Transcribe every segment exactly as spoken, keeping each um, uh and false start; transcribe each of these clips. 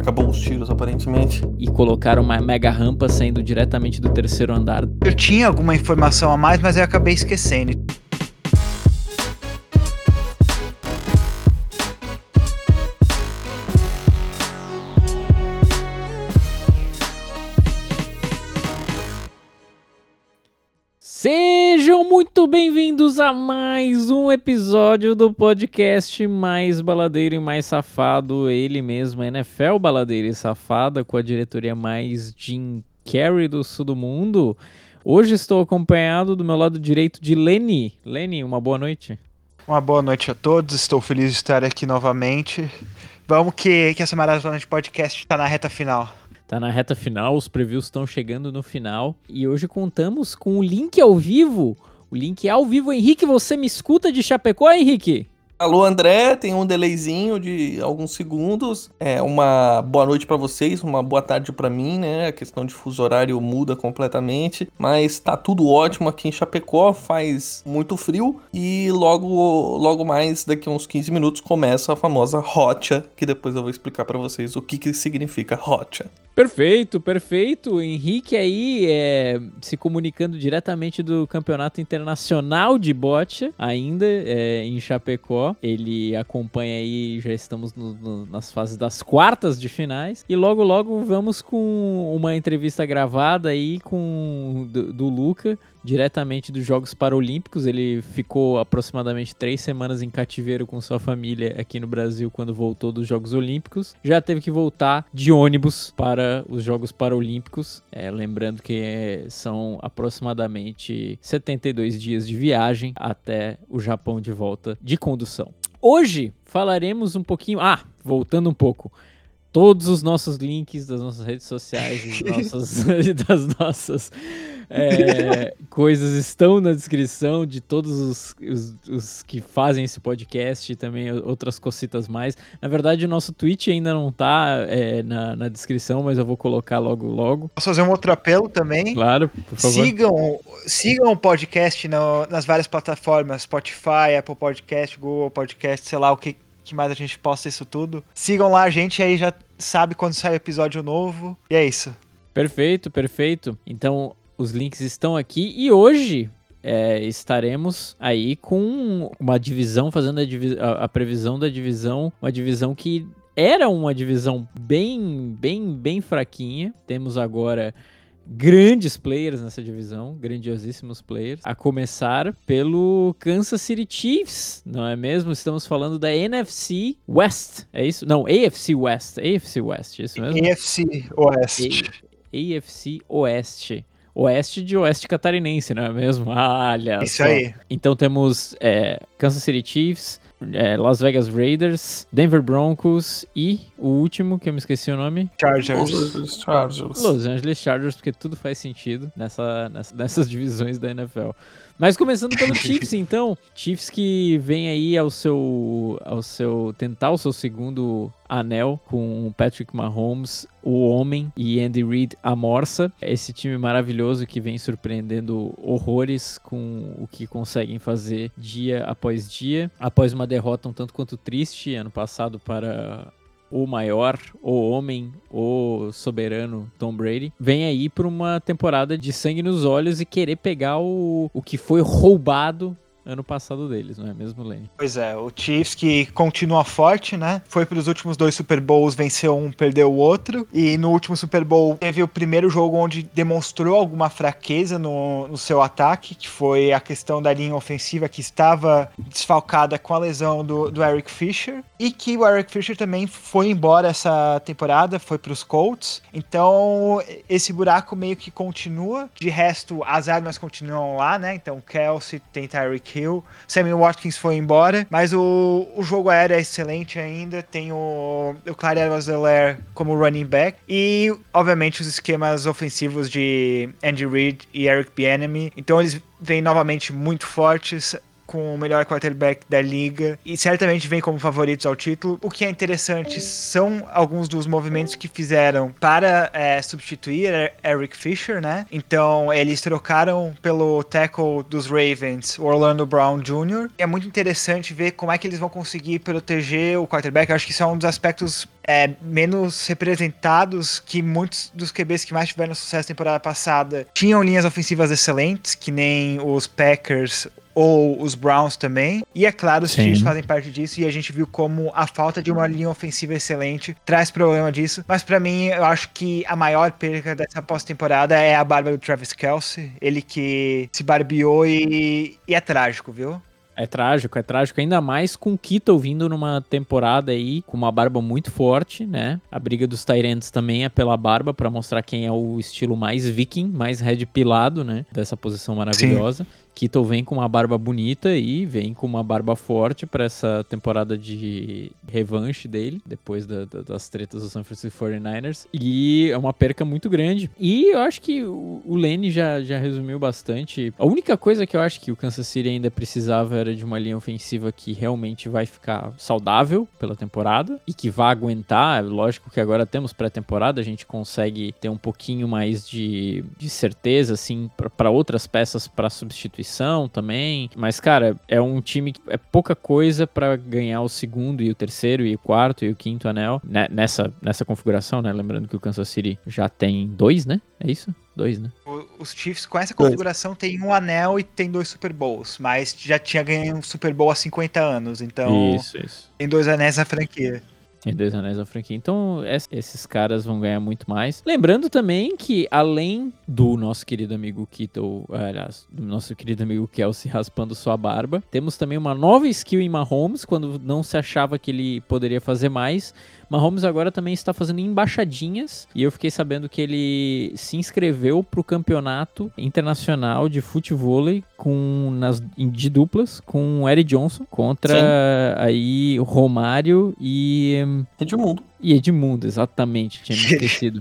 acabou os tiros, aparentemente. E colocaram uma mega rampa saindo diretamente do terceiro andar. Eu tinha alguma informação a mais, mas eu acabei esquecendo. Sejam muito bem-vindos a mais um episódio do podcast mais baladeiro e mais safado, ele mesmo, N F L Baladeira e Safada, com a diretoria mais Jim Carrey do sul do mundo. Hoje estou acompanhado do meu lado direito de Lenny. Lenny, uma boa noite. Uma boa noite a todos, estou feliz de estar aqui novamente. Vamos que, que essa maratona de podcast está na reta final. Tá na reta final, os previews estão chegando no final. E hoje contamos com o link ao vivo. O link ao vivo. Henrique, você me escuta de Chapecó, Henrique? Alô, André, tem um delayzinho de alguns segundos. É uma boa noite pra vocês, uma boa tarde pra mim, né? A questão de fuso horário muda completamente, mas tá tudo ótimo aqui em Chapecó, faz muito frio e logo, logo mais, daqui a uns quinze minutos, começa a famosa Rocha, que depois eu vou explicar pra vocês o que que significa Rocha. Perfeito, perfeito. Henrique aí é, se comunicando diretamente do Campeonato Internacional de Boccia, ainda é, em Chapecó. Ele acompanha aí, já estamos no, no, nas fases das quartas de finais. E logo, logo vamos com uma entrevista gravada aí com, do, do Luca, diretamente dos Jogos Paralímpicos. Ele ficou aproximadamente três semanas em cativeiro com sua família aqui no Brasil quando voltou dos Jogos Olímpicos. Já teve que voltar de ônibus para os Jogos Paralímpicos. É, lembrando que é, são aproximadamente setenta e dois dias de viagem até o Japão de volta de condução. Hoje falaremos um pouquinho... Ah, voltando um pouco. Todos os nossos links das nossas redes sociais, das nossas, das nossas é, coisas estão na descrição de todos os, os, os que fazem esse podcast e também outras cositas mais. Na verdade, o nosso Twitch ainda não tá é, na, na descrição, mas eu vou colocar logo, logo. Posso fazer um outro apelo também? Claro, por favor. Sigam, sigam o podcast no, nas várias plataformas, Spotify, Apple Podcast, Google Podcast, sei lá o que... que mais a gente posta isso tudo. Sigam lá a gente, aí já sabe quando sai episódio novo. E é isso. Perfeito, perfeito. Então, os links estão aqui. E hoje é, estaremos aí com uma divisão, fazendo a, divi- a, a previsão da divisão. Uma divisão que era uma divisão bem, bem, bem fraquinha. Temos agora... grandes players nessa divisão, grandiosíssimos players, a começar pelo Kansas City Chiefs, não é mesmo? Estamos falando da N F C West, é isso? Não, A F C West, A F C West, é isso mesmo? A F C Oeste. A F C Oeste. Oeste de Oeste Catarinense, não é mesmo? Ah, olha Isso só. aí. Então temos é, Kansas City Chiefs, é, Las Vegas Raiders, Denver Broncos e o último, que eu me esqueci o nome. Chargers. Los Angeles Chargers. Los Angeles Chargers, porque tudo faz sentido nessa, nessa, nessas divisões da N F L. Mas começando pelo Chiefs, então. Chiefs que vem aí ao seu, ao seu... tentar o seu segundo anel com Patrick Mahomes, o homem, e Andy Reid, a morsa. Esse time maravilhoso que vem surpreendendo horrores com o que conseguem fazer dia após dia. Após uma derrota um tanto quanto triste ano passado para... o maior, o homem, o soberano Tom Brady, vem aí para uma temporada de sangue nos olhos e querer pegar o, o que foi roubado ano passado deles, não é mesmo, Lenny? Pois é, o Chiefs que continua forte, né? Foi para os últimos dois Super Bowls, venceu um, perdeu o outro. E no último Super Bowl teve o primeiro jogo onde demonstrou alguma fraqueza no, no seu ataque, que foi a questão da linha ofensiva que estava desfalcada com a lesão do, do Eric Fisher. E que o Eric Fisher também foi embora essa temporada, foi para os Colts. Então esse buraco meio que continua. De resto, as armas continuam lá, né? Então Kelce, tem Tyreek Hill, Sammy Watkins foi embora, mas o, o jogo aéreo é excelente ainda, tem o, o Clyde Edwards-Helaire como running back, e obviamente os esquemas ofensivos de Andy Reid e Eric Bieniemy, então eles vêm novamente muito fortes, com o melhor quarterback da liga e certamente vem como favoritos ao título. O que é interessante são alguns dos movimentos que fizeram para é, substituir Eric Fisher, né? Então eles trocaram pelo tackle dos Ravens, o Orlando Brown Júnior É muito interessante ver como é que eles vão conseguir proteger o quarterback. Eu acho que isso é um dos aspectos é, menos representados, que muitos dos Q Bs que mais tiveram sucesso na temporada passada tinham linhas ofensivas excelentes, que nem os Packers ou os Browns também. E é claro, os Sim. Chiefs fazem parte disso, e a gente viu como a falta de uma linha ofensiva excelente traz problema disso. Mas pra mim, eu acho que a maior perca dessa pós-temporada é a barba do Travis Kelce. Ele que se barbeou e, e é trágico, viu? É trágico, é trágico, ainda mais com o Kittle vindo numa temporada aí com uma barba muito forte, né? A briga dos Tyrants também é pela barba, pra mostrar quem é o estilo mais viking, mais red pilado, né? Dessa posição maravilhosa. Sim. Kittle vem com uma barba bonita e vem com uma barba forte pra essa temporada de revanche dele, depois da, da, das tretas do San Francisco forty-niners. E é uma perca muito grande. E eu acho que o, o Lenny já, já resumiu bastante. A única coisa que eu acho que o Kansas City ainda precisava era de uma linha ofensiva que realmente vai ficar saudável pela temporada e que vai aguentar. Lógico que agora temos pré-temporada, a gente consegue ter um pouquinho mais de, de certeza, assim, para outras peças para substituição também, mas cara, é um time que é pouca coisa pra ganhar o segundo e o terceiro e o quarto e o quinto anel nessa, nessa configuração, né? Lembrando que o Kansas City já tem dois, né? É isso? Dois, né? Os Chiefs com essa configuração tem um anel e tem dois Super Bowls, mas já tinha ganho um Super Bowl há cinquenta anos, então isso, isso. Tem dois anéis na franquia. Tem dois anéis na franquia. Então, esses caras vão ganhar muito mais. Lembrando também que, além do nosso querido amigo Kittle, aliás, do nosso querido amigo Kelce raspando sua barba, temos também uma nova skill em Mahomes, quando não se achava que ele poderia fazer mais. Mahomes agora também está fazendo embaixadinhas, e eu fiquei sabendo que ele se inscreveu para o campeonato internacional de futevôlei com, nas, de duplas com o Eddie Johnson contra Sim. aí Romário e Edmundo. E Edmundo, exatamente, tinha me esquecido.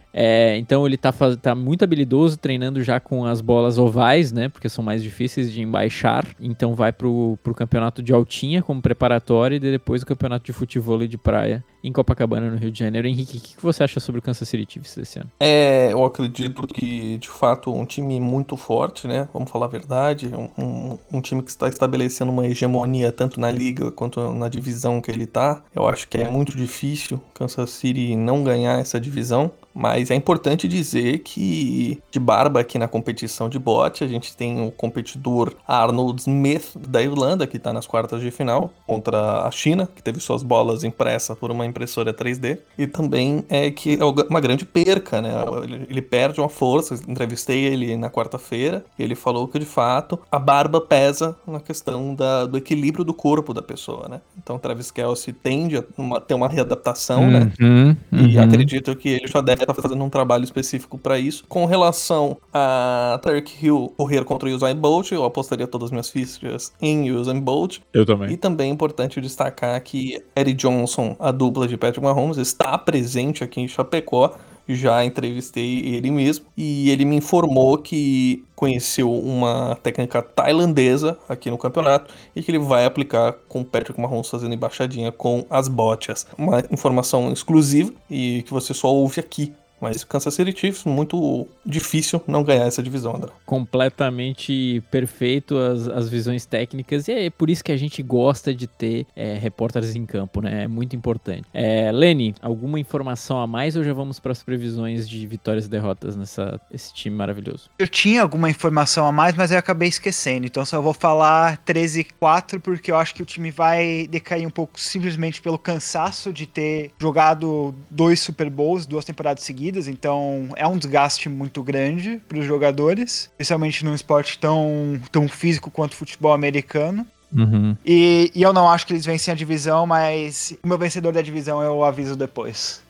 É, então ele tá, tá muito habilidoso, treinando já com as bolas ovais, né? Porque são mais difíceis de embaixar. Então vai pro, pro campeonato de altinha como preparatório e depois o campeonato de futevôlei de praia em Copacabana, no Rio de Janeiro. Henrique, o que, que você acha sobre o Kansas City Chiefs desse ano? É, eu acredito que, de fato, um time muito forte, né? Vamos falar a verdade. Um, um, um time que está estabelecendo uma hegemonia tanto na liga quanto na divisão que ele tá. Eu acho que é muito difícil Kansas City não ganhar essa divisão. Mas é importante dizer que, de barba aqui na competição de bote, a gente tem o competidor Arnold Smith da Irlanda, que está nas quartas de final, contra a China, que teve suas bolas impressas por uma impressora três D. E também é que é uma grande perca, né? Ele, ele perde uma força. Entrevistei ele na quarta-feira e ele falou que, de fato, a barba pesa na questão da, do equilíbrio do corpo da pessoa, né? Então, Travis Kelce tende a uma, ter uma readaptação, uhum, né? Uhum. E acredito que ele já deve estar fazendo um trabalho específico para isso. Com relação a Tyreek Hill correr contra o Usain Bolt, eu apostaria todas as minhas fichas em Usain Bolt. Eu também. E também é importante destacar que Eddie Johnson, a dupla de Patrick Mahomes, está presente aqui em Chapecó. Já entrevistei ele mesmo e ele me informou que conheceu uma técnica tailandesa aqui no campeonato e que ele vai aplicar com o Patrick Mahomes fazendo embaixadinha com as botas. Uma informação exclusiva e que você só ouve aqui. Mas Kansas City Chiefs, muito difícil não ganhar essa divisão, André. Completamente perfeito as, as visões técnicas, e é por isso que a gente gosta de ter é, repórteres em campo, né? É muito importante. É, Lenny, alguma informação a mais ou já vamos para as previsões de vitórias e derrotas nessa esse time maravilhoso? Eu tinha alguma informação a mais, mas eu acabei esquecendo, então só vou falar treze a quatro, porque eu acho que o time vai decair um pouco simplesmente pelo cansaço de ter jogado dois Super Bowls, duas temporadas seguidas. Então é um desgaste muito grande para os jogadores, especialmente num esporte tão, tão físico quanto o futebol americano. Uhum. E, e eu não acho que eles vencem a divisão, mas o meu vencedor da divisão eu aviso depois.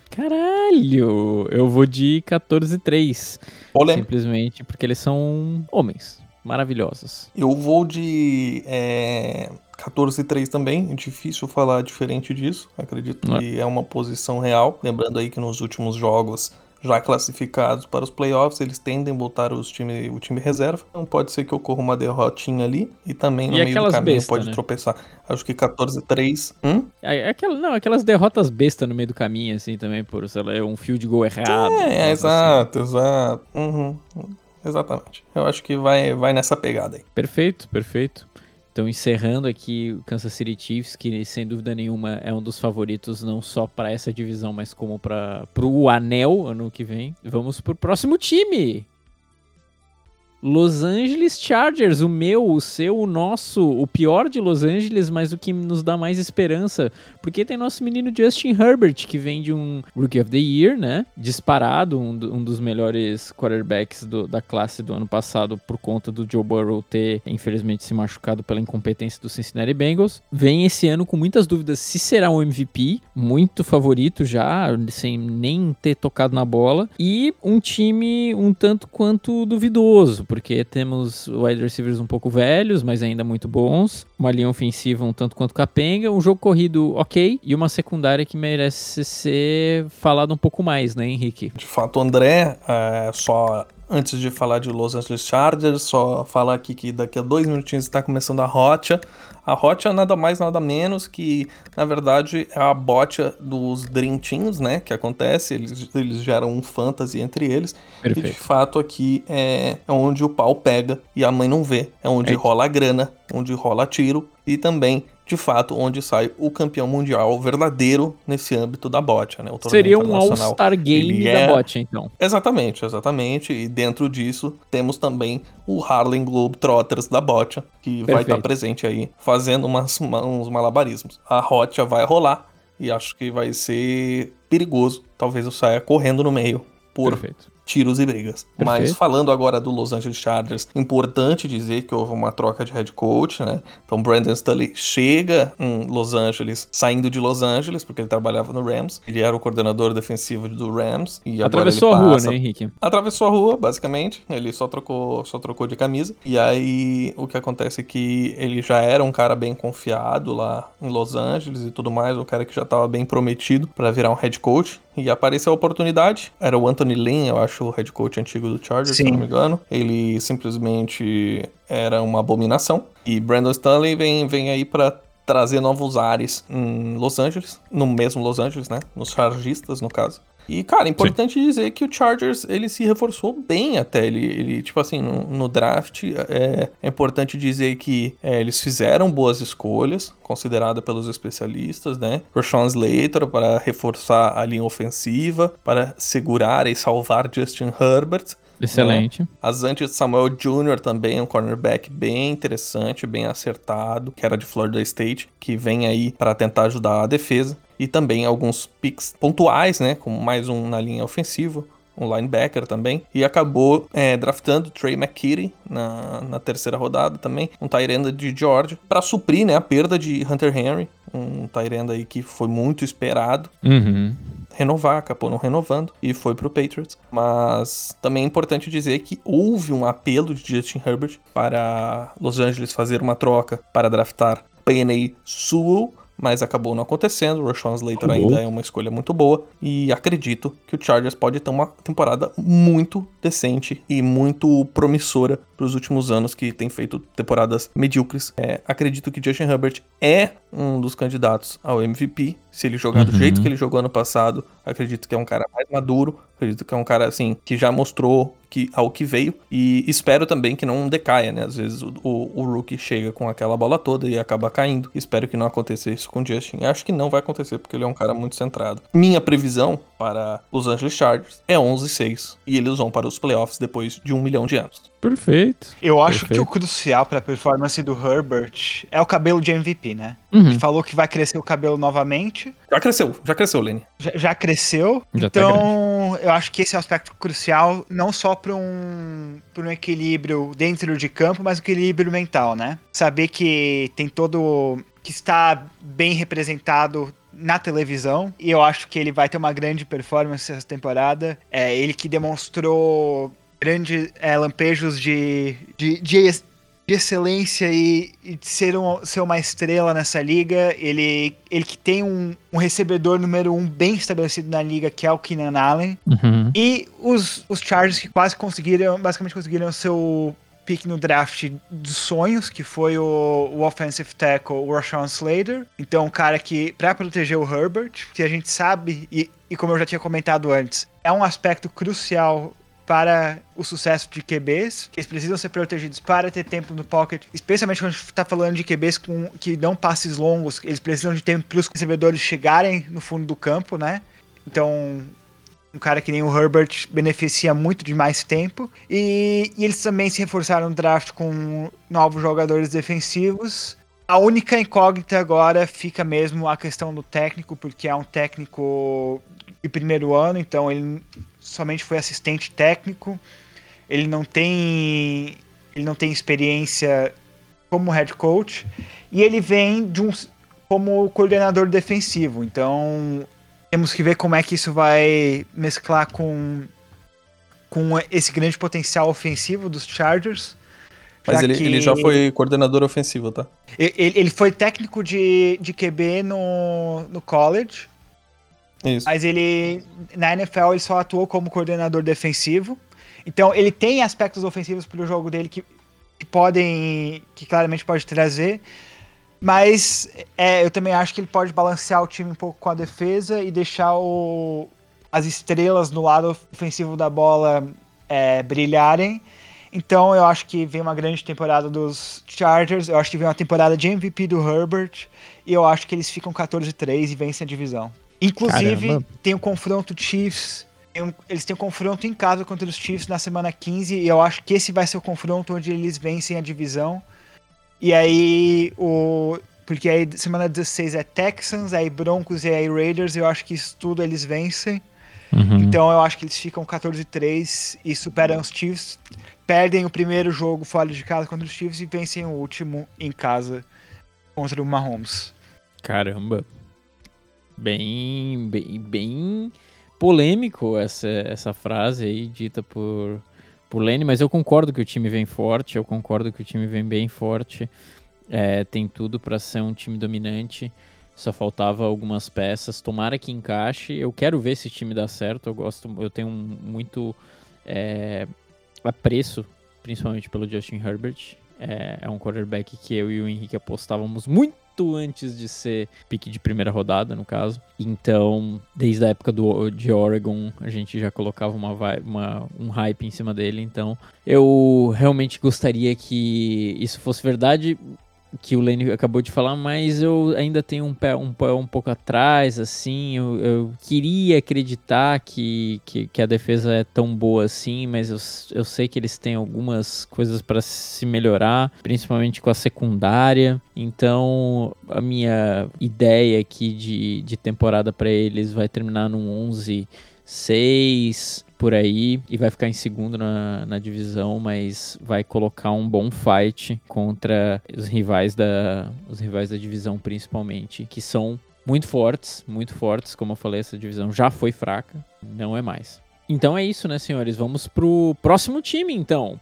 Caralho, eu vou de quatorze a três. Olé. Simplesmente porque eles são homens maravilhosos. Eu vou de é, quatorze a três também, é difícil falar diferente disso, acredito que é. é uma posição real. Lembrando aí que nos últimos jogos já classificados para os playoffs, eles tendem a botar os time, o time reserva. Então pode ser que ocorra uma derrotinha ali e também no e meio do caminho besta, pode né? tropeçar. Acho que quatorze a três. Hum? É, aquela, não, aquelas derrotas besta no meio do caminho, assim, também, por, sei lá, um field goal errado. É, exato, assim. exato. Uhum. Exatamente. Eu acho que vai, vai nessa pegada aí. Perfeito, perfeito. Então, encerrando aqui o Kansas City Chiefs, que sem dúvida nenhuma é um dos favoritos, não só para essa divisão, mas como para o anel ano que vem. Vamos pro próximo time. Los Angeles Chargers, o meu, o seu, o nosso, o pior de Los Angeles, mas o que nos dá mais esperança, porque tem nosso menino Justin Herbert, que vem de um Rookie of the Year, né, disparado, um, um dos melhores quarterbacks do, da classe do ano passado, por conta do Joe Burrow ter, infelizmente, se machucado pela incompetência do Cincinnati Bengals. Vem esse ano com muitas dúvidas se será um M V P, muito favorito já, sem nem ter tocado na bola, e um time um tanto quanto duvidoso, porque temos wide receivers um pouco velhos, mas ainda muito bons, uma linha ofensiva um tanto quanto capenga, um jogo corrido ok, e uma secundária que merece ser falado um pouco mais, né, Henrique? De fato, André, é, só antes de falar de Los Angeles Chargers, só falar aqui que daqui a dois minutinhos está começando a Rocha. A Rocha é nada mais, nada menos que, na verdade, é a bocha dos Dream Teams, né, que acontece, eles, eles geram um fantasy entre eles. Perfeito. E, de fato, aqui é, é onde o pau pega e a mãe não vê. É onde é. rola a grana, onde rola tiro e também, de fato, onde sai o campeão mundial verdadeiro nesse âmbito da bocha, né? O Seria um All-Star Game é... da bocha, então. Exatamente, exatamente. E dentro disso, temos também o Harlem Globetrotters da bocha, que Perfeito. vai estar presente aí, fazendo umas, uns malabarismos. A Rocha vai rolar e acho que vai ser perigoso. Talvez eu saia correndo no meio por... Perfeito. tiros e brigas. Perfeito. Mas falando agora do Los Angeles Chargers, importante dizer que houve uma troca de head coach, né? Então Brandon Staley chega em Los Angeles, saindo de Los Angeles, porque ele trabalhava no Rams. Ele era o coordenador defensivo do Rams. E Atravessou agora ele a passa... rua, né, Henrique? Atravessou a rua, basicamente. Ele só trocou, só trocou de camisa. E aí, o que acontece é que ele já era um cara bem confiado lá em Los Angeles e tudo mais, um cara que já estava bem prometido para virar um head coach. E apareceu a oportunidade. Era o Anthony Lynn, eu acho, o head coach antigo do Chargers, Sim. se não me engano. Ele simplesmente era uma abominação. E Brandon Staley vem, vem aí para trazer novos ares em Los Angeles. No mesmo Los Angeles, né? Nos chargistas, no caso. E, cara, é importante Sim. dizer que o Chargers, ele se reforçou bem até, ele, ele tipo assim, no, no draft, é, é importante dizer que é, eles fizeram boas escolhas, considerada pelos especialistas, né? Rashawn Slater para reforçar a linha ofensiva, para segurar e salvar Justin Herbert. Excelente. Né? Asante Samuel Júnior também, um cornerback bem interessante, bem acertado, que era de Florida State, que vem aí para tentar ajudar a defesa. E também alguns picks pontuais, né? Como mais um na linha ofensiva, um linebacker também. E acabou é, draftando Trey McKitty na, na terceira rodada também, um tight end de Georgia, para suprir, né, a perda de Hunter Henry, um tight end aí que foi muito esperado. Uhum. Renovar, acabou não renovando e foi pro Patriots. Mas também é importante dizer que houve um apelo de Justin Herbert para Los Angeles fazer uma troca para draftar Penei Sewell, mas acabou não acontecendo. O Rashawn Slater uhum. ainda é uma escolha muito boa e acredito que o Chargers pode ter uma temporada muito decente e muito promissora para os últimos anos, que tem feito temporadas medíocres. É, acredito que Justin Herbert é um dos candidatos ao M V P. Se ele jogar uhum. do jeito que ele jogou ano passado, acredito que é um cara mais maduro, acredito que é um cara assim que já mostrou que, ao que veio, e espero também que não decaia, né? Às vezes o, o, o rookie chega com aquela bola toda e acaba caindo. Espero que não aconteça isso com o Justin. Acho que não vai acontecer, porque ele é um cara muito centrado. Minha previsão para Los Angeles Chargers é onze a seis, e eles vão para os playoffs depois de um milhão de anos. Perfeito. Eu acho Perfeito. que o crucial para a performance do Herbert é o cabelo de M V P, né? Uhum. Ele falou que vai crescer o cabelo novamente. Já cresceu, já cresceu, Lenny. Já, já cresceu. Já então, tá eu acho que esse é um aspecto crucial, não só para um, para um equilíbrio dentro de campo, mas um equilíbrio mental, né? Saber que tem todo... que está bem representado na televisão, e eu acho que ele vai ter uma grande performance essa temporada. É ele que demonstrou grandes é, lampejos de, de, de, de excelência e, e de ser, um, ser uma estrela nessa liga. Ele, ele que tem um, um recebedor número um bem estabelecido na liga, que é o Keenan Allen. Uhum. E os, os Chargers que quase conseguiram, basicamente conseguiram o seu pick no draft dos sonhos, que foi o, o offensive tackle, o Rashawn Slater. Então, um cara que, pra proteger o Herbert, que a gente sabe, e, e como eu já tinha comentado antes, é um aspecto crucial para o sucesso de Q Bs, eles precisam ser protegidos para ter tempo no pocket, especialmente quando a gente está falando de Q Bs com, que dão passes longos, eles precisam de tempo para os recebedores chegarem no fundo do campo, né? Então, um cara que nem o Herbert beneficia muito de mais tempo. E, e eles também se reforçaram no draft com novos jogadores defensivos. A única incógnita agora fica mesmo a questão do técnico, porque é um técnico de primeiro ano, então ele somente foi assistente técnico. Ele não tem, ele não tem experiência como head coach. E ele vem de um, como coordenador defensivo. Então, temos que ver como é que isso vai mesclar com, com esse grande potencial ofensivo dos Chargers. Mas ele, que... ele já foi coordenador ofensivo, tá? Ele, ele foi técnico de, de Q B no, no college. Isso. Mas ele, na N F L, ele só atuou como coordenador defensivo. Então, ele tem aspectos ofensivos para o jogo dele que, que podem, que claramente pode trazer. Mas é, eu também acho que ele pode balancear o time um pouco com a defesa e deixar o, as estrelas no lado ofensivo da bola é, brilharem. Então eu acho que vem uma grande temporada dos Chargers, eu acho que vem uma temporada de M V P do Herbert, e eu acho que eles ficam quatorze a três e vencem a divisão. Inclusive, Caramba. tem o confronto Chiefs, tem um, eles têm um confronto em casa contra os Chiefs na semana quinze, e eu acho que esse vai ser o confronto onde eles vencem a divisão. E aí, o, porque aí semana dezesseis é Texans, aí Broncos e aí Raiders, eu acho que isso tudo eles vencem. Uhum. Então eu acho que eles ficam quatorze a três e superam os Chiefs. Perdem o primeiro jogo fora de casa contra os Chiefs e vencem o último em casa contra o Mahomes. Caramba. Bem, bem, bem polêmico essa, essa frase aí dita por, por Lenny, mas eu concordo que o time vem forte, eu concordo que o time vem bem forte. É, tem tudo para ser um time dominante. Só faltava algumas peças. Tomara que encaixe. Eu quero ver esse time dar certo. Eu gosto, eu tenho muito é, apreço, principalmente pelo Justin Herbert. É, é um quarterback que eu e o Henrique apostávamos muito antes de ser pique de primeira rodada, no caso. Então, desde a época do, de Oregon, a gente já colocava uma, uma, um hype em cima dele. Então, eu realmente gostaria que isso fosse verdade, que o Lenny acabou de falar, mas eu ainda tenho um pé um, pé um pouco atrás, assim, eu, eu queria acreditar que, que, que a defesa é tão boa assim, mas eu, eu sei que eles têm algumas coisas para se melhorar, principalmente com a secundária. Então, a minha ideia aqui de, de temporada para eles vai terminar num onze seis por aí, e vai ficar em segundo na, na divisão, mas vai colocar um bom fight contra os rivais da, os rivais da divisão, principalmente, que são muito fortes, muito fortes. Como eu falei, essa divisão já foi fraca, não é mais. Então é isso, né, senhores? Vamos pro próximo time, então.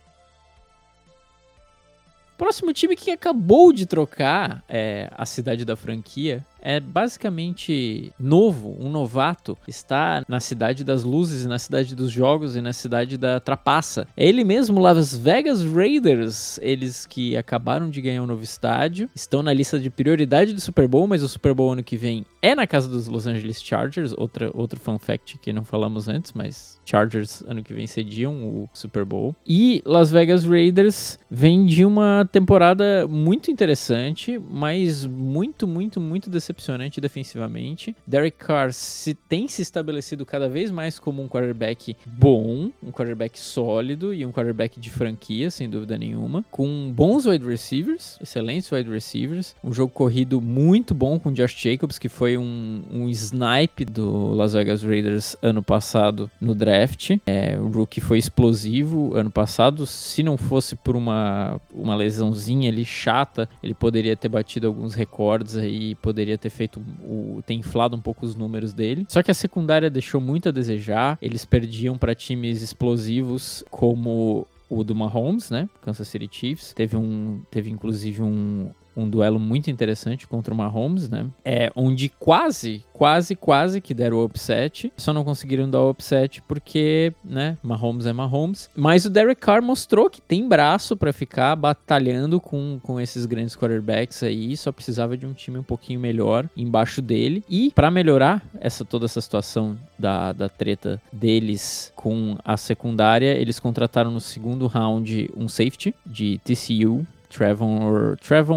Próximo time que acabou de trocar é, a cidade da franquia. É basicamente novo, um novato, está na cidade das luzes, na cidade dos jogos e na cidade da trapaça. É ele mesmo, Las Vegas Raiders, eles que acabaram de ganhar um novo estádio, estão na lista de prioridade do Super Bowl, mas o Super Bowl ano que vem é na casa dos Los Angeles Chargers, outra, outro fun fact que não falamos antes, mas Chargers ano que vem cediam o Super Bowl. E Las Vegas Raiders vem de uma temporada muito interessante, mas muito, muito, muito decepcionante defensivamente. Derek Carr se, tem se estabelecido cada vez mais como um quarterback bom, um quarterback sólido e um quarterback de franquia, sem dúvida nenhuma, com bons wide receivers, excelentes wide receivers, um jogo corrido muito bom com Josh Jacobs, que foi um, um snipe do Las Vegas Raiders ano passado no draft. É, o rookie foi explosivo ano passado, se não fosse por uma, uma lesãozinha ali chata, ele poderia ter batido alguns recordes aí, poderia ter feito o, ter inflado um pouco os números dele. Só que a secundária deixou muito a desejar. Eles perdiam para times explosivos como o do Mahomes, né? Kansas City Chiefs. Teve um, teve inclusive um um duelo muito interessante contra o Mahomes, né? É, onde quase, quase, quase que deram o upset, só não conseguiram dar o upset porque, né, Mahomes é Mahomes. Mas o Derek Carr mostrou que tem braço pra ficar batalhando com, com esses grandes quarterbacks aí, só precisava de um time um pouquinho melhor embaixo dele. E pra melhorar essa, toda essa situação da, da treta deles com a secundária, eles contrataram no segundo round um safety de T C U, Trevon, Trevon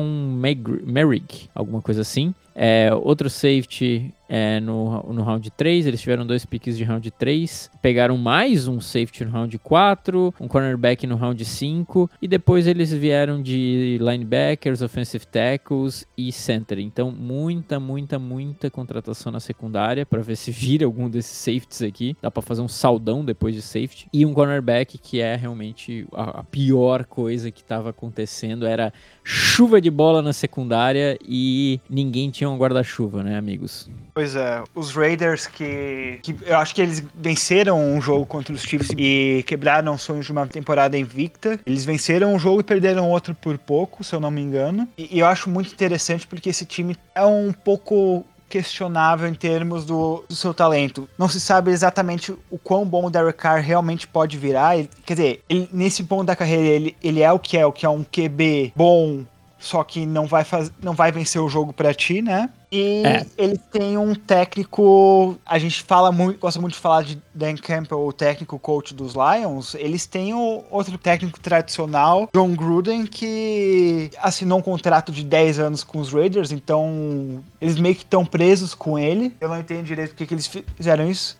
Merrick, alguma coisa assim. É, outro safety é, no, no round três, eles tiveram dois picks de round três, pegaram mais um safety no round quatro, um cornerback no round cinco, e depois eles vieram de linebackers, offensive tackles e center. Então muita, muita, muita contratação na secundária para ver se vira algum desses safeties aqui. Dá para fazer um saldão depois de safety. E um cornerback que é realmente a, a pior coisa que estava acontecendo, era chuva de bola na secundária e ninguém tinha um guarda-chuva, né, amigos? Pois é, os Raiders que, que eu acho que eles venceram um jogo contra os Chiefs e quebraram sonhos de uma temporada invicta. Eles venceram um jogo e perderam outro por pouco, se eu não me engano. E, e eu acho muito interessante porque esse time é um pouco questionável em termos do, do seu talento. Não se sabe exatamente o quão bom o Derek Carr realmente pode virar. Ele, quer dizer, ele, nesse ponto da carreira, ele, ele é o que é, o que é um Q B bom, só que não vai, faz, não vai vencer o jogo pra ti, né? E é. Ele tem um técnico, a gente fala muito, gosta muito de falar de Dan Campbell, o técnico coach dos Lions. Eles têm o outro técnico tradicional, John Gruden, que assinou um contrato de dez anos com os Raiders, então eles meio que estão presos com ele. Eu não entendo direito por que eles fizeram isso.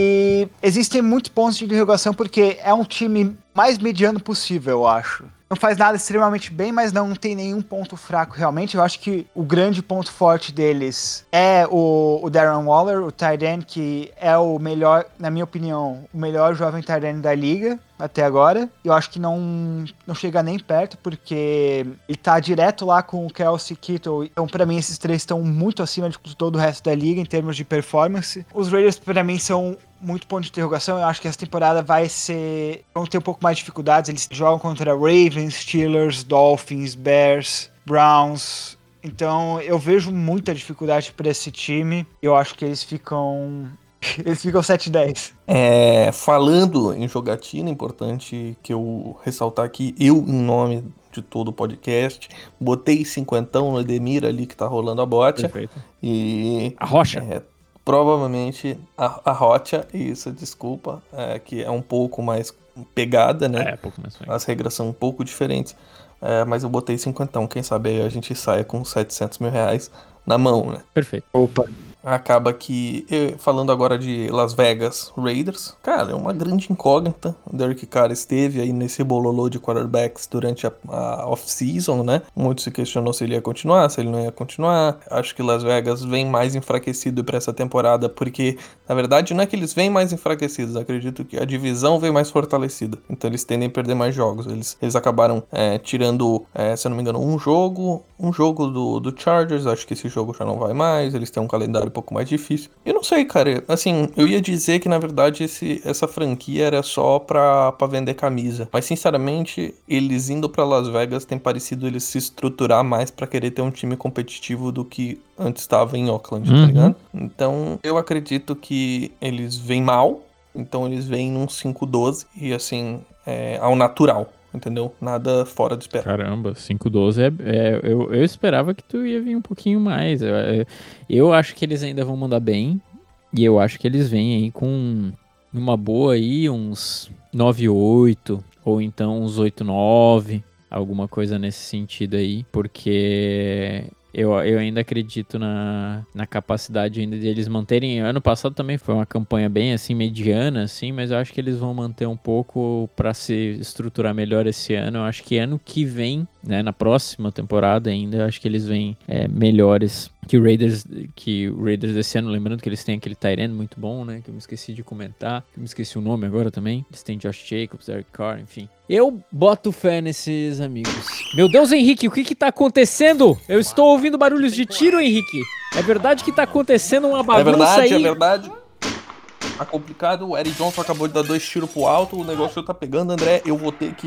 E existem muitos pontos de interrogação porque é um time mais mediano possível, eu acho. Não faz nada extremamente bem, mas não tem nenhum ponto fraco realmente. Eu acho que o grande ponto forte deles é o, o Darren Waller, o tight end, que é o melhor, na minha opinião, o melhor jovem tight end da liga até agora. Eu acho que não, não chega nem perto, porque ele tá direto lá com o Kelsey Kittle. Então, pra mim, esses três estão muito acima de todo o resto da liga em termos de performance. Os Raiders, pra mim, são muito ponto de interrogação. Eu acho que essa temporada vai ser... vão ter um pouco mais de dificuldades. Eles jogam contra Ravens, Steelers, Dolphins, Bears, Browns. Então, eu vejo muita dificuldade para esse time. Eu acho que eles ficam... eles ficam sete a dez. É, falando em jogatina, é importante que eu ressaltar aqui, eu, em nome de todo o podcast, botei cinquentão no Edemir ali que tá rolando a bote. Perfeito. E... a rocha. É, provavelmente a, a rocha, isso, desculpa, é, que é um pouco mais pegada, né? É, um pouco mais As regras são um pouco diferentes. É, mas eu botei cinquentão, quem sabe aí a gente saia com setecentos mil reais na mão, né? Perfeito. Opa. Acaba que, falando agora de Las Vegas Raiders, cara, é uma grande incógnita. O Derek Carr esteve aí nesse bololô de quarterbacks durante a, a off-season, né? Muito se questionou se ele ia continuar, se ele não ia continuar. Acho que Las Vegas vem mais enfraquecido para essa temporada, porque, na verdade, não é que eles vêm mais enfraquecidos, acredito que a divisão vem mais fortalecida. Então eles tendem a perder mais jogos. Eles, eles acabaram é, tirando, é, se eu não me engano, um jogo, um jogo do, do Chargers, acho que esse jogo já não vai mais, eles têm um calendário um pouco mais difícil. Eu não sei, cara, assim, eu ia dizer que na verdade esse, essa franquia era só pra, pra vender camisa, mas sinceramente eles indo pra Las Vegas tem parecido eles se estruturar mais pra querer ter um time competitivo do que antes estava em Oakland, uhum. tá ligado? Então eu acredito que eles vêm mal, então eles vêm num cinco doze e assim, é, ao natural. Entendeu? Nada fora de esperar. Caramba, cinco doze é, é eu, eu esperava que tu ia vir um pouquinho mais. Eu, eu acho que eles ainda vão mandar bem. E eu acho que eles vêm aí com uma boa aí, uns nove oito. Ou então uns oito nove. Alguma coisa nesse sentido aí. Porque... Eu, eu ainda acredito na, na capacidade ainda de eles manterem. Ano passado também foi uma campanha bem assim, mediana, assim, mas eu acho que eles vão manter um pouco para se estruturar melhor esse ano. Eu acho que ano que vem, né, na próxima temporada ainda, eu acho que eles vêm é, melhores que o Raiders, que o Raiders desse ano. Lembrando que eles têm aquele tight end muito bom, né, que eu me esqueci de comentar, que eu me esqueci o nome agora também. Eles têm Josh Jacobs, Derek Carr, enfim. Eu boto fé nesses amigos. Meu Deus, Henrique, o que que tá acontecendo? Eu estou ouvindo barulhos de tiro, Henrique. É verdade que tá acontecendo uma bagunça aí? É verdade, aí? é verdade. Tá complicado, o Eric Johnson acabou de dar dois tiros pro alto, o negócio tá pegando, André. Eu vou ter que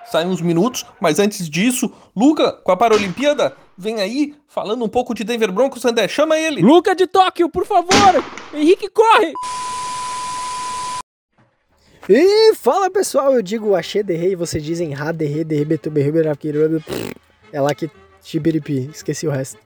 saem uns minutos, mas antes disso, Luca, com a Paralimpíada, vem aí falando um pouco de Denver Broncos, André, chama ele! Luca de Tóquio, por favor! Henrique, corre! E fala pessoal, eu digo Axê de Rei, vocês dizem Ra de Rei, de Rei, Betu, Berru, Beraquiru, é lá que Chibiripi, esqueci o resto.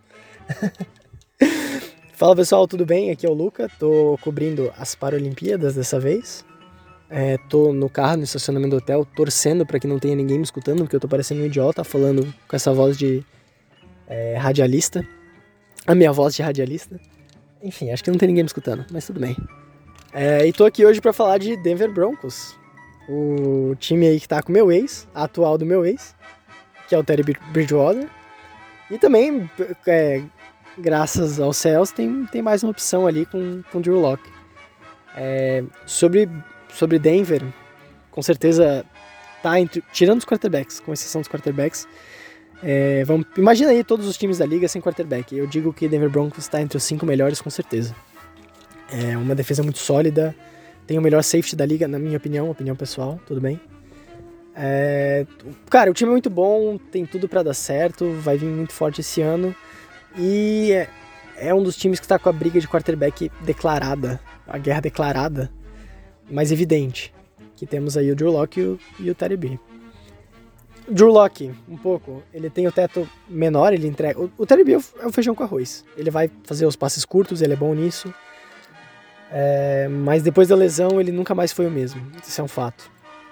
Fala pessoal, tudo bem? Aqui é o Luca, tô cobrindo as Paralimpíadas dessa vez. É, tô no carro, no estacionamento do hotel, torcendo pra que não tenha ninguém me escutando, porque eu tô parecendo um idiota falando com essa voz de é, radialista. A minha voz de radialista. Enfim, acho que não tem ninguém me escutando, mas tudo bem. É, e tô aqui hoje pra falar de Denver Broncos, o time aí que tá com o meu ex, a atual do meu ex, que é o Teddy Bridgewater. E também, é, graças aos céus, tem, tem mais uma opção ali com o Drew Lock. É, sobre, sobre Denver, com certeza tá entre, tirando os quarterbacks, com exceção dos quarterbacks, é, vamos, imagina aí todos os times da liga sem quarterback. Eu digo que Denver Broncos tá entre os cinco melhores, com certeza. É uma defesa muito sólida, tem o melhor safety da liga, na minha opinião, opinião pessoal, tudo bem. É, cara, o time é muito bom, tem tudo pra dar certo, vai vir muito forte esse ano. E é, é um dos times que tá com a briga de quarterback declarada, a guerra declarada, mais evidente. Que temos aí o Drew Lock e o, e o Teddy B. O Drew Lock, um pouco, ele tem o teto menor, ele entrega... O, o Teddy B é o feijão com arroz, ele vai fazer os passes curtos, ele é bom nisso. É, mas depois da lesão ele nunca mais foi o mesmo, isso é um fato.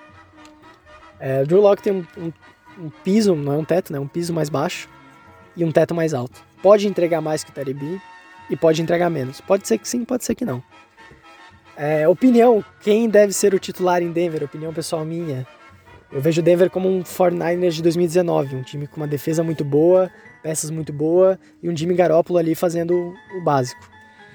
É, o Drew Lock tem um, um, um piso, não é um teto, né? Um piso mais baixo e um teto mais alto. Pode entregar mais que o Teddy B e pode entregar menos. Pode ser que sim, pode ser que não. É, opinião, quem deve ser o titular em Denver? Opinião pessoal minha. Eu vejo o Denver como um forty-niners de dois mil e dezenove, um time com uma defesa muito boa, peças muito boas e um Jimmy Garoppolo ali fazendo o, o básico.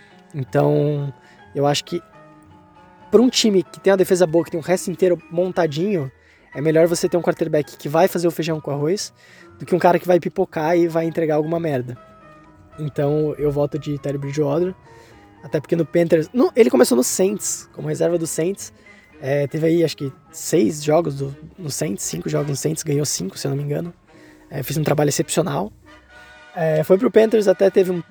Então, eu acho que para um time que tem uma defesa boa, que tem o resto inteiro montadinho, é melhor você ter um quarterback que vai fazer o feijão com arroz do que um cara que vai pipocar e vai entregar alguma merda. Então eu voto de Teddy Bridgewater, até porque no Panthers... No, ele começou no Saints, como reserva do Saints. É, teve aí acho que seis jogos do, no Saints, cinco jogos no Saints, ganhou cinco, se eu não me engano. É, fez um trabalho excepcional. É, foi pro Panthers, até teve um,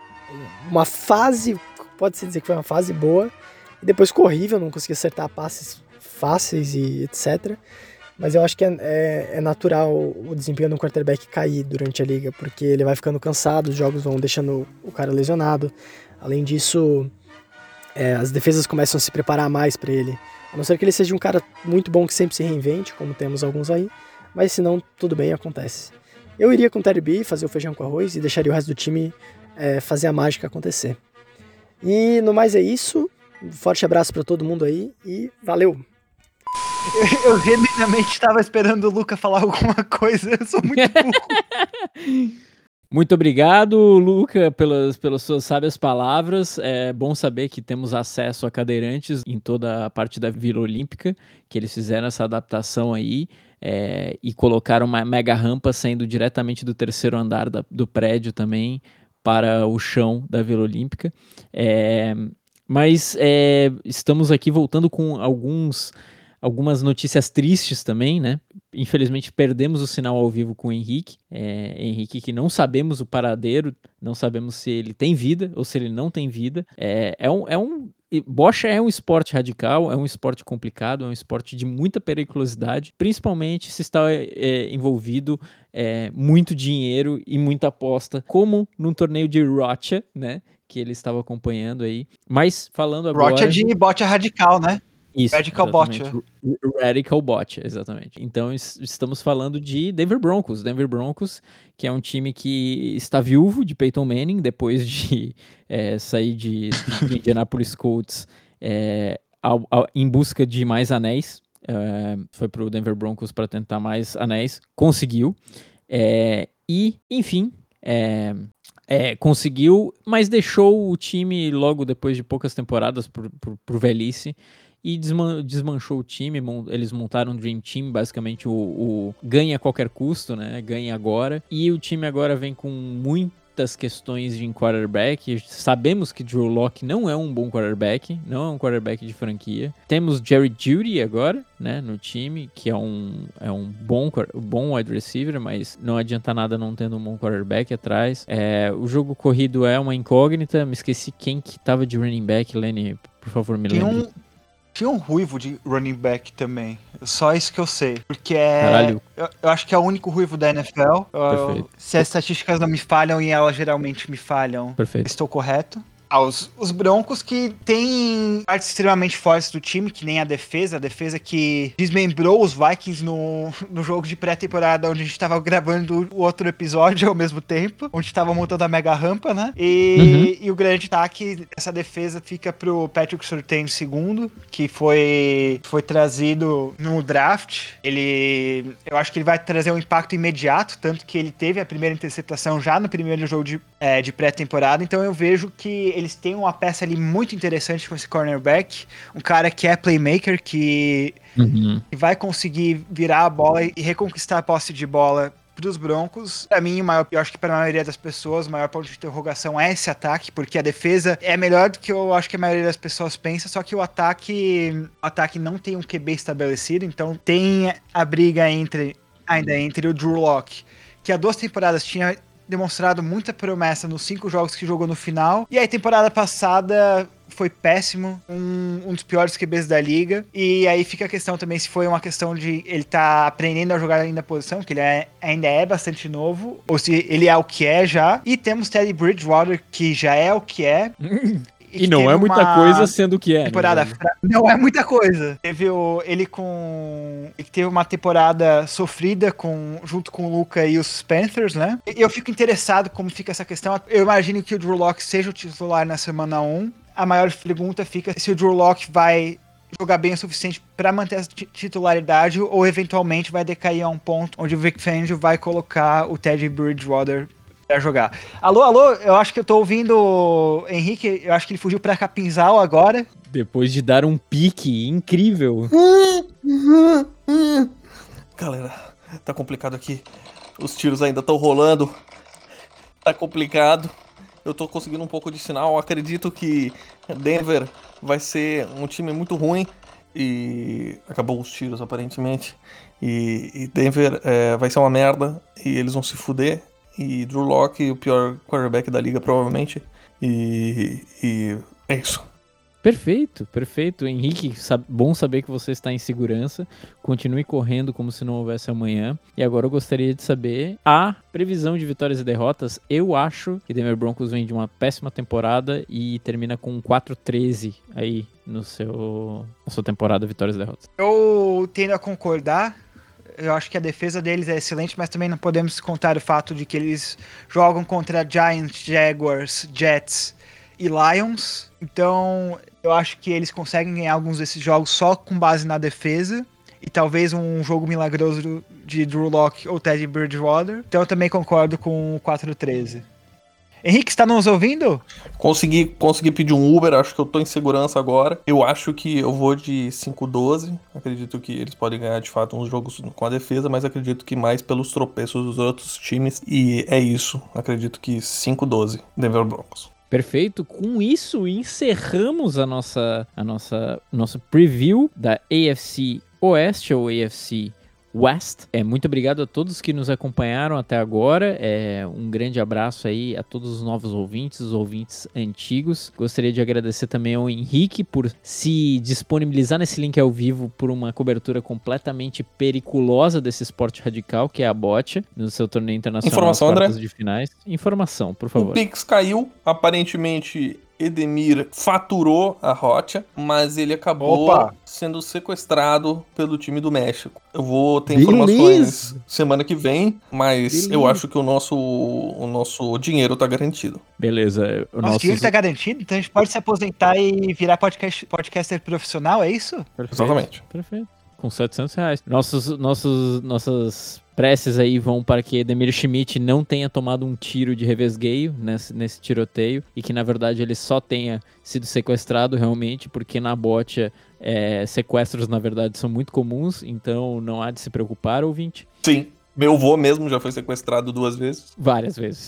uma fase, pode-se dizer que foi uma fase boa, e depois ficou horrível, não conseguia acertar passes fáceis e etcétera. Mas eu acho que é, é, é natural o desempenho do quarterback cair durante a liga, porque ele vai ficando cansado, os jogos vão deixando o cara lesionado. Além disso, é, as defesas começam a se preparar mais para ele. A não ser que ele seja um cara muito bom que sempre se reinvente, como temos alguns aí, mas se não, tudo bem, acontece. Eu iria com o Teddy B, fazer o feijão com arroz e deixaria o resto do time é, fazer a mágica acontecer. E no mais é isso, um forte abraço para todo mundo aí e valeu! Eu, eu genuinamente estava esperando o Luca falar alguma coisa, eu sou muito burro. Muito obrigado, Luca, pelas, pelas suas sábias palavras. É bom saber que temos acesso a cadeirantes em toda a parte da Vila Olímpica, que eles fizeram essa adaptação aí é, e colocaram uma mega rampa saindo diretamente do terceiro andar da, do prédio também para o chão da Vila Olímpica. É, mas é, estamos aqui voltando com alguns... algumas notícias tristes também, né? Infelizmente perdemos o sinal ao vivo com o Henrique. É, Henrique que não sabemos o paradeiro, não sabemos se ele tem vida ou se ele não tem vida. É, é um... É um bocha é um esporte radical, é um esporte complicado, é um esporte de muita periculosidade, principalmente se está é, envolvido é, muito dinheiro e muita aposta, como num torneio de Rocha, né? Que ele estava acompanhando aí. Mas falando agora... Rocha de bote radical, né? Isso, Radical Bot. Radical Bot, exatamente. Então estamos falando de Denver Broncos. Denver Broncos, que é um time que está viúvo de Peyton Manning, depois de é, sair de, de Indianapolis Colts é, ao, ao, em busca de mais anéis. É, foi para o Denver Broncos para tentar mais anéis. Conseguiu. É, e, enfim... É, É, conseguiu, mas deixou o time logo depois de poucas temporadas por, por, por velhice e desman- desmanchou o time. Mon- eles montaram um Dream Team, basicamente o, o ganha a qualquer custo, né? Ganha agora. E o time agora vem com muita muitas questões de quarterback. Sabemos que Drew Lock não é um bom quarterback, não é um quarterback de franquia. Temos Jerry Jeudy agora, né, no time, que é um, é um bom, bom wide receiver, mas não adianta nada não tendo um bom quarterback atrás. É, o jogo corrido é uma incógnita. Me esqueci quem que tava de running back, Lenny, por favor, me Tinha lembre. um, tinha um ruivo de running back também. Só isso que eu sei. Porque é. Caralho. Eu, eu acho que é o único ruivo da N F L. Perfeito. Eu, se as estatísticas não me falham, e elas geralmente me falham, Perfeito. estou correto. Ah, os, os Broncos que têm partes extremamente fortes do time, que nem a defesa, a defesa que desmembrou os Vikings no, no jogo de pré-temporada, onde a gente tava gravando o outro episódio ao mesmo tempo, onde tava montando a mega rampa, né? E, uhum. e o grande ataque, essa defesa fica pro Patrick Surtain segundo, que foi, foi trazido no draft. Ele, eu acho que ele vai trazer um impacto imediato, tanto que ele teve a primeira interceptação já no primeiro jogo de, é, de pré-temporada, então eu vejo que eles têm uma peça ali muito interessante com esse cornerback, um cara que é playmaker, que, uhum. que vai conseguir virar a bola e reconquistar a posse de bola dos Broncos. Pra mim, o maior, eu acho que para a maioria das pessoas, o maior ponto de interrogação é esse ataque, porque a defesa é melhor do que eu acho que a maioria das pessoas pensa, só que o ataque, o ataque não tem um Q B estabelecido, então tem a briga entre, ainda entre o Drew Lock, que há duas temporadas tinha demonstrado muita promessa nos cinco jogos que jogou no final. E aí, temporada passada foi péssimo, um, um dos piores Q Bs da liga. E aí fica a questão também se foi uma questão de ele tá aprendendo a jogar ainda na posição, que ele é, ainda é bastante novo, ou se ele é o que é já. E temos Teddy Bridgewater, que já é o que é. E, e não é muita coisa sendo o que é. Temporada né, fra... Não é muita coisa. Teve o... ele com. Ele teve uma temporada sofrida com... junto com o Luka e os Panthers, né? E eu fico interessado como fica essa questão. Eu imagino que o Drew Lock seja o titular na semana um. A maior pergunta fica se o Drew Lock vai jogar bem o suficiente para manter essa titularidade ou eventualmente vai decair a um ponto onde o Vic Fangio vai colocar o Teddy Bridgewater pra jogar. Alô, alô, eu acho que eu tô ouvindo o Henrique, eu acho que ele fugiu pra Capinzal agora. Depois de dar um pique incrível. Galera, tá complicado aqui. Os tiros ainda estão rolando. Tá complicado. Eu tô conseguindo um pouco de sinal. Eu acredito que Denver vai ser um time muito ruim. E acabou os tiros, aparentemente. E, e Denver é, vai ser uma merda. E eles vão se fuder. E Drew Lock, o pior quarterback da liga, provavelmente. E, e é isso. Perfeito, perfeito. Henrique, sab- bom saber que você está em segurança. Continue correndo como se não houvesse amanhã. E agora eu gostaria de saber a previsão de vitórias e derrotas. Eu acho que Denver Broncos vem de uma péssima temporada e termina com quatro a treze aí no seu, na sua temporada vitórias e derrotas. Eu tendo a concordar. Eu acho que a defesa deles é excelente, mas também não podemos contar o fato de que eles jogam contra Giants, Jaguars, Jets e Lions. Então, eu acho que eles conseguem ganhar alguns desses jogos só com base na defesa. E talvez um jogo milagroso de Drew Lock ou Teddy Bridgewater. Então, eu também concordo com o quatro a treze. Henrique, está nos ouvindo? Consegui, consegui pedir um Uber, acho que eu tô em segurança agora. Eu acho que eu vou de cinco a doze. Acredito que eles podem ganhar de fato uns jogos com a defesa, mas acredito que mais pelos tropeços dos outros times. E é isso. Acredito que cinco a doze, Denver Broncos. Perfeito. Com isso, encerramos a nossa, a nossa nosso preview da A F C Oeste ou A F C West. É, muito obrigado a todos que nos acompanharam até agora. É, um grande abraço aí a todos os novos ouvintes, os ouvintes antigos. Gostaria de agradecer também ao Henrique por se disponibilizar nesse link ao vivo por uma cobertura completamente periculosa desse esporte radical que é a bocha no seu torneio internacional. Informação, nas quartas André? de finais. Informação, por favor. O Pix caiu, aparentemente Edemir faturou a rocha, mas ele acabou Opa. sendo sequestrado pelo time do México. Eu vou ter Beleza. informações semana que vem, mas Beleza. eu acho que o nosso, o nosso dinheiro tá garantido. Beleza. O Nosso nosso... dinheiro está garantido, então a gente pode se aposentar e virar podcast, podcaster profissional, é isso? Perfeito. Exatamente. Perfeito. Com setecentos reais. Nossos, nossos, nossas preces aí vão para que Edemir Schmidt não tenha tomado um tiro de revesgueio nesse, nesse tiroteio e que, na verdade, ele só tenha sido sequestrado realmente, porque na bocha é, sequestros, na verdade, são muito comuns, então não há de se preocupar, ouvinte. Sim, meu avô mesmo já foi sequestrado duas vezes. Várias vezes.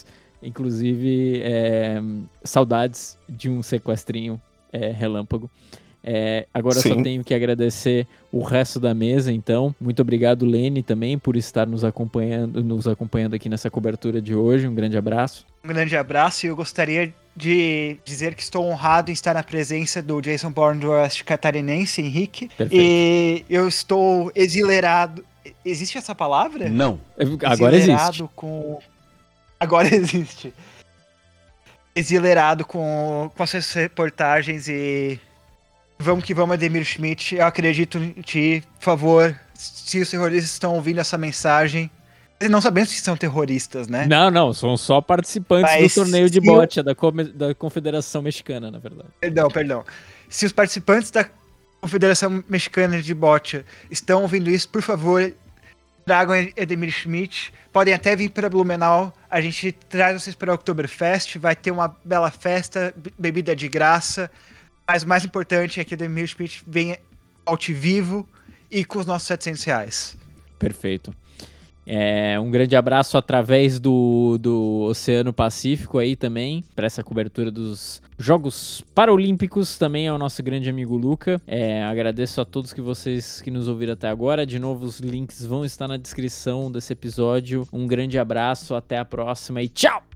Inclusive, é, saudades de um sequestrinho é, relâmpago. É, agora eu só tenho que agradecer o resto da mesa, então. Muito obrigado, Lene, também, por estar nos acompanhando, nos acompanhando aqui nessa cobertura de hoje. Um grande abraço. Um grande abraço, e eu gostaria de dizer que estou honrado em estar na presença do Jason Bourne do Oeste Catarinense, Henrique. Perfeito. E eu estou exhilarado. Existe essa palavra? Não. Agora Exhilarado existe. com... Agora existe. Exhilarado com, com as suas reportagens e... Vamos que vamos, Ademir Schmidt. Eu acredito em ti. Por favor, se os terroristas estão ouvindo essa mensagem... Eles não sabemos se são terroristas, né? Não, não, são só participantes Mas do torneio de se eu- bote, da, come- da Confederação Mexicana, na verdade. Perdão, perdão. Se os participantes da Confederação Mexicana de Bote estão ouvindo isso, por favor, tragam Ademir Schmidt. Podem até vir para Blumenau. A gente traz vocês para o Oktoberfest. Vai ter uma bela festa, be- bebida de graça. Mas o mais importante é que Ademir Schmidt venha ao vivo e com os nossos setecentos reais. Perfeito. É, um grande abraço através do, do Oceano Pacífico aí também, para essa cobertura dos Jogos Paralímpicos, também ao nosso grande amigo Luca. É, agradeço a todos que vocês que nos ouviram até agora. De novo, os links vão estar na descrição desse episódio. Um grande abraço, até a próxima e tchau!